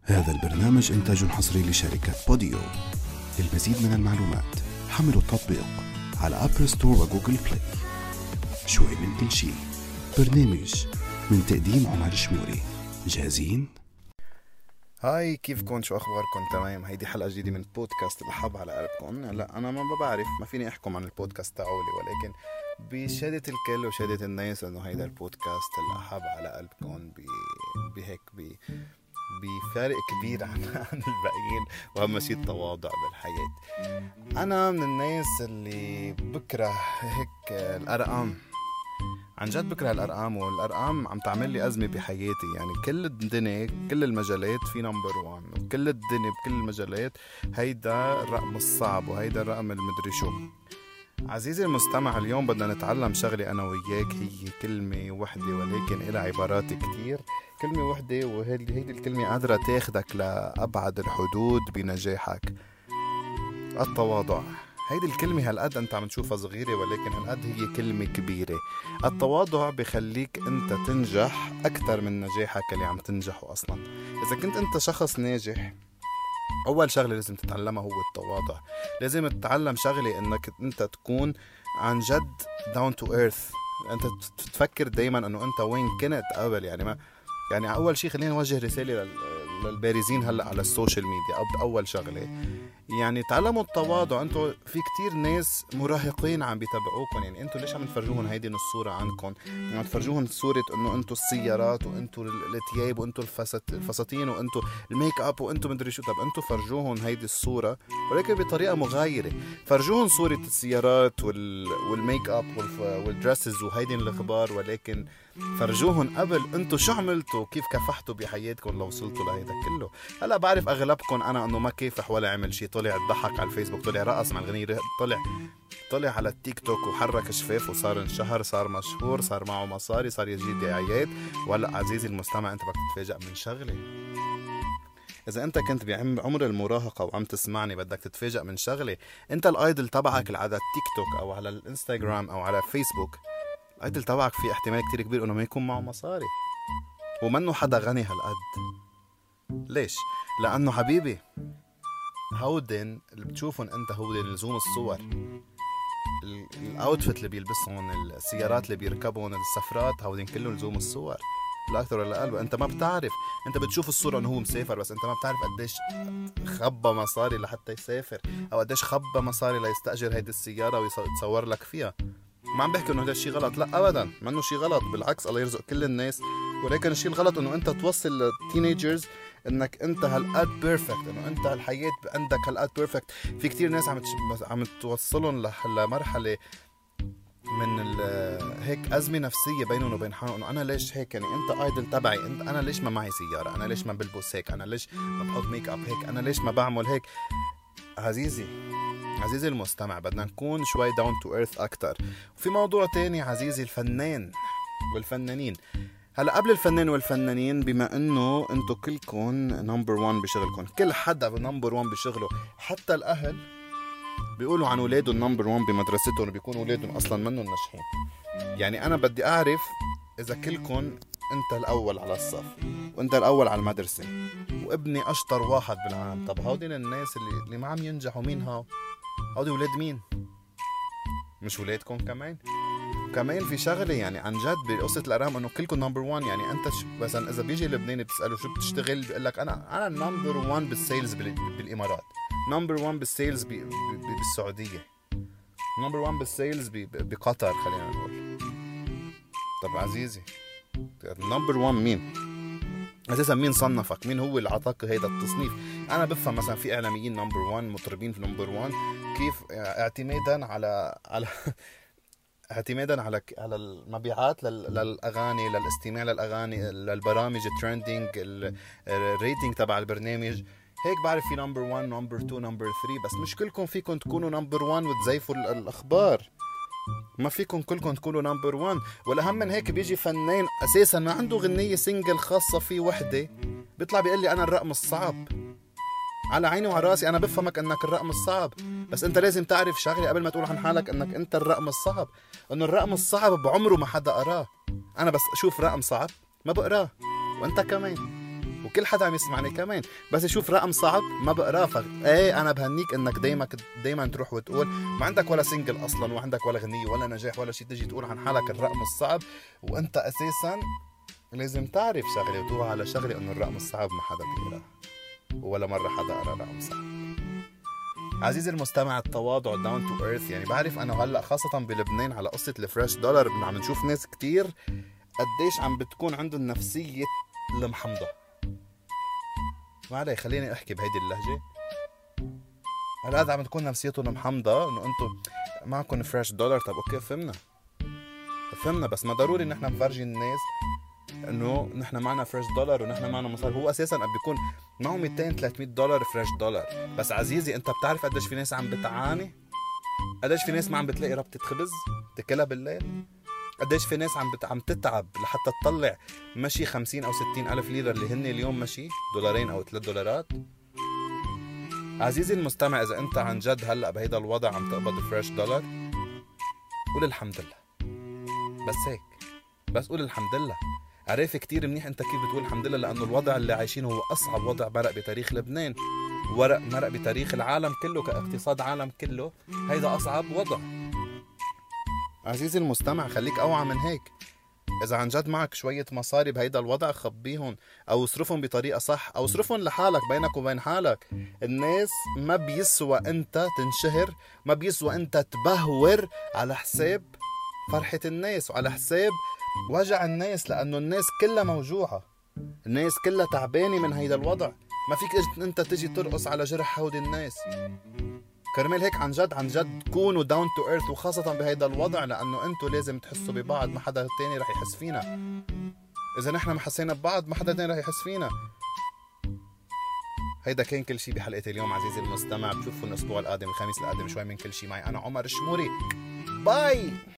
هذا البرنامج إنتاج حصري لشركة بوديو. للمزيد من المعلومات حملوا التطبيق على أبل ستور وجوجل بلاي. شوي من كل شي، برنامج من تقديم عمر شموري. جاهزين؟ هاي، كيفكن؟ شو اخباركم؟ تمام. هيدي حلقه جديده من بودكاست الحب على قلبكم. لا انا ما بعرف، ما فيني احكم عن البودكاست تاعولي، ولكن بشهاده الكل وشهاده الناس انه هيدا البودكاست الحب على قلبكم بهيك بفارق كبير عن الباقيين، واهم شيء التواضع بالحياه. انا من الناس اللي بكره هيك الارقام، عن جد بكره الأرقام، والأرقام عم تعمل لي أزمة بحياتي. يعني كل الدنيا، كل المجالات في نمبر 1، وكل الدنيا بكل المجالات هيدا الرقم الصعب وهيدا الرقم المدري شو. عزيزي المستمع، اليوم بدنا نتعلم شغلة أنا وياك، هي كلمة وحدة ولكن إلها عبارات كتير. كلمة وحدة وهيدي الكلمة قادرة تاخدك لأبعد الحدود بنجاحك. التواضع. هيدي الكلمة هالقد أنت عم تشوفها صغيرة، ولكن هالقد هي كلمة كبيرة. التواضع بخليك أنت تنجح أكتر من نجاحك اللي عم تنجحه أصلا. إذا كنت أنت شخص ناجح، أول شغلة لازم تتعلمها هو التواضع. لازم تتعلم شغلة أنك أنت تكون عن جد down to earth. أنت تفكر دايما أنه أنت وين كنت قبل. يعني أول شيء خلينا نوجه رسالة للبارزين هلأ على السوشيال ميديا. أول شغلة يعني تعلموا التواضع. انتوا في كتير ناس مراهقين عم بيتابعوكم، يعني انتوا ليش عم تفرجوهم هيدي الصورة عنكم؟ عم تفرجوهم صورة انه انتوا السيارات، وانتوا الثياب، وانتوا الفساتين، وانتوا الميك اب، وانتوا مدري شو. طب انتوا فرجوهم هيدي الصورة ولكن بطريقة مغايرة. فرجوهم صورة السيارات والميك اب والدرسز وهيدي الاخبار، ولكن فرجوهم قبل انتوا شو عملتوا، كيف كافحتوا بحياتكم لو وصلتوا لهيدا كله. هلا بعرف اغلبكم انا انه ما كافح ولا عمل شيء، طلع ضحك على الفيسبوك، طلع رقص مع الغنية، طلع على التيك توك وحرك شفاف وصار انشهر، صار مشهور، صار معه مصاري، صار يجي دعايات. ولا عزيزي المستمع، انت بدك تتفاجأ من شغله. إذا أنت كنت بعمر المراهقة وعم تسمعني، بدك تتفاجأ من شغلة. أنت الآيدل تبعك على التيك توك أو على الانستغرام أو على فيسبوك، الآيدل تبعك في احتمال كتير كبير إنه ما يكون معه مصاري، ومنه حدا غني هالقد. ليش؟ لأنه حبيبي، هودن اللي بتشوفهم أنت، هودن لزوم الصور، الأوتفيت اللي بيلبسهم، السيارات اللي بيركبون، السفرات، هودن كله لزوم الصور، لا أكثر ولا أقل. أنت ما بتعرف، أنت بتشوف الصورة إنه هو مسافر، بس أنت ما بتعرف قديش خبى مصاري لحتى يسافر، أو قديش خبى مصاري ليستأجر هيدي السيارة ويصور لك فيها. ما عم بحكي إنه هذا الشيء غلط، لا أبدا، ما إنه شيء غلط، بالعكس الله يرزق كل الناس. ولكن الشيء الغلط إنه أنت توصل للتينيجرز إنك أنت هالقد بيرفكت، إنه أنت الحياة عندك هالقد بيرفكت. في كتير ناس عم توصلهم لمرحلة من هيك أزمة نفسية بينهم وبين حالهم، إنه أنا ليش هيك؟ يعني أنت آيدل تبعي، أنا ليش ما معي سيارة؟ أنا ليش ما بلبس هيك؟ أنا ليش ما بحط ميك أب هيك؟ أنا ليش ما بعمل هيك؟ عزيزي المستمع، بدنا نكون شوي داون تو ايرث أكتر. وفي موضوع تاني عزيزي، الفنان والفنانين. هلا قبل الفنان والفنانين، بما انه انتو كلكم نمبر 1 بشغلكم، كل حدا نمبر 1 بشغله، حتى الاهل بيقولوا عن اولادهم نمبر 1 بمدرستهم، وبيكونوا اولادهم اصلا منهم ناجحين. يعني انا بدي اعرف اذا كلكم انت الاول على الصف، وانت الاول على المدرسه، وابني اشطر واحد بالعالم. طب هودين الناس اللي ما عم ينجحوا، مين هودي ولاد مين؟ مش ولادكم كمان في شغله. يعني عن جد بقصه الارقام انه كلكم نمبر 1. يعني انت مثلا اذا بيجي لبناني بتساله شو بتشتغل، بيقول لك انا نمبر 1 بالسيلز بالامارات، نمبر 1 بالسيلز بالسعوديه، نمبر 1 بالسيلز بقطر، خلينا نقول. طب عزيزي، نمبر 1 مين اساسا؟ مين صنفك؟ مين هو اللي عطاك هيدا التصنيف؟ انا بفهم مثلا في اعلاميين نمبر 1، مطربين في نمبر 1، كيف اعتمادا على المبيعات للاغاني، للاستماع للاغاني، للبرامج الترندينج، الريتنج تبع البرنامج. هيك بعرف في نمبر 1، نمبر 2، نمبر 3، بس مش كلكم فيكم تكونوا نمبر 1 وتزيفوا الاخبار. ما فيكم كلكم تكونوا نمبر 1. والاهم من هيك، بيجي فنان اساسا ما عنده غنية سنجل خاصة فيه وحدة، بيطلع بيقول لي انا الرقم الصعب. على عيني وعلى راسي، انا بفهمك انك الرقم الصعب، بس انت لازم تعرف شغله قبل ما تقول عن حالك انك انت الرقم الصعب، انه الرقم الصعب بعمره ما حدا قراه. انا بس اشوف رقم صعب ما بقراه، وانت كمان. وكل حدا عم يسمعني كمان، بس يشوف رقم صعب ما بقراه. ايه انا بهنيك انك دايما تروح وتقول ما عندك ولا سنجل اصلا، وعندك ولا غنية ولا نجاح ولا شيء، تجي تقول عن حالك الرقم الصعب، وانت اساسا لازم تعرف شغله وتوعى على شغله انه الرقم الصعب ما حدا بيقراه، ولا مره حدا قرا رقم صعب. عزيزي المستمع، التواضع داون تو ايرث. يعني بعرف انا هلا خاصه بلبنان على قصه الفريش دولار عم نشوف ناس كتير قديش عم بتكون عندهم نفسيه المحمضه. ما علي، خليني احكي بهيدي اللهجه. هلا عم تكون نفسيتهم محمضه انه انتم معكم فريش دولار. طب اوكي، فهمنا، بس ما ضروري ان احنا نفرجي الناس انه نحن معنا فريش دولار ونحن معنا مصاري. هو اساسا بيكون معه 200-300 دولار فريش دولار. بس عزيزي، انت بتعرف قديش في ناس عم بتعاني؟ قديش في ناس ما عم بتلاقي ربطة خبز تاكلها بالليل؟ قديش في ناس عم تتعب لحتى تطلع مشي 50 أو 60 ألف ليرة اللي هن اليوم مشي $2 أو $3. عزيزي المستمع، إذا أنت عن جد هلأ بهيدا الوضع عم تقبض فريش دولار، قول الحمد لله. بس هيك، بس قول الحمد لله. عارف كتير منيح انت كيف بتقول الحمد لله، لأنه الوضع اللي عايشينه هو أصعب وضع مرق بتاريخ لبنان، مرق بتاريخ العالم كله، كاقتصاد عالم كله. هيدا أصعب وضع. عزيزي المستمع، خليك أوعى من هيك. إذا عن جد معك شوية مصاري بهيدا الوضع، خبيهم أو اصرفهم بطريقة صح، أو اصرفهم لحالك بينك وبين حالك. الناس ما بيسوى أنت تنشهر، ما بيسوى أنت تبهور على حساب فرحة الناس وعلى حساب وجع الناس، لأنه الناس كلها موجوعة، الناس كلها تعبانة من هيدا الوضع. ما فيك أنت تجي ترقص على جرح هود الناس. كرمال هيك عن جد كونوا داون تو ايرث، وخاصة بهيدا الوضع، لأنه أنتوا لازم تحسوا ببعض. ما حدا تاني رح يحس فينا. إذا نحن ما حسينا ببعض، ما حدا تاني رح يحس فينا. هيدا كان كل شي بحلقة اليوم عزيزي المستمع. بشوفكم الأسبوع القادم، الخميس القادم، شوي من كل شي. معي أنا عمر الشموري. باي.